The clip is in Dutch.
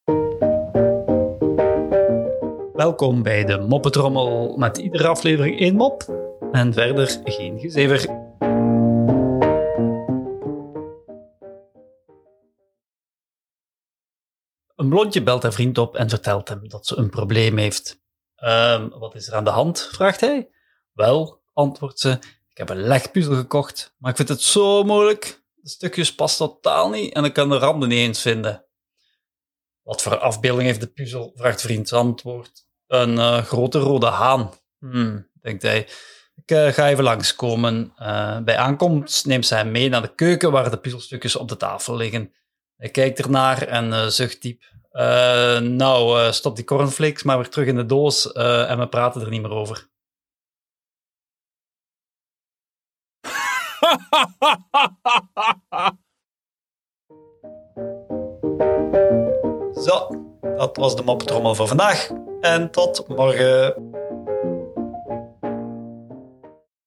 Welkom bij de Moppetrommel met iedere aflevering 1 mop en verder geen gezever. Een blondje belt haar vriend op en vertelt hem dat ze een probleem heeft. Wat is er aan de hand? Vraagt hij. Wel, antwoordt ze, ik heb een legpuzzel gekocht, maar ik vind het zo moeilijk. De stukjes passen totaal niet en ik kan de randen niet eens vinden. Wat voor afbeelding heeft de puzzel? Vraagt vriend. Antwoord. Een grote rode haan. Denkt hij. Ik ga even langskomen. Bij aankomst neemt ze hem mee naar de keuken waar de puzzelstukjes op de tafel liggen. Hij kijkt ernaar en zucht diep. Stop die cornflakes maar weer terug in de doos en we praten er niet meer over. Zo, dat was de moppetrommel voor vandaag. En tot morgen.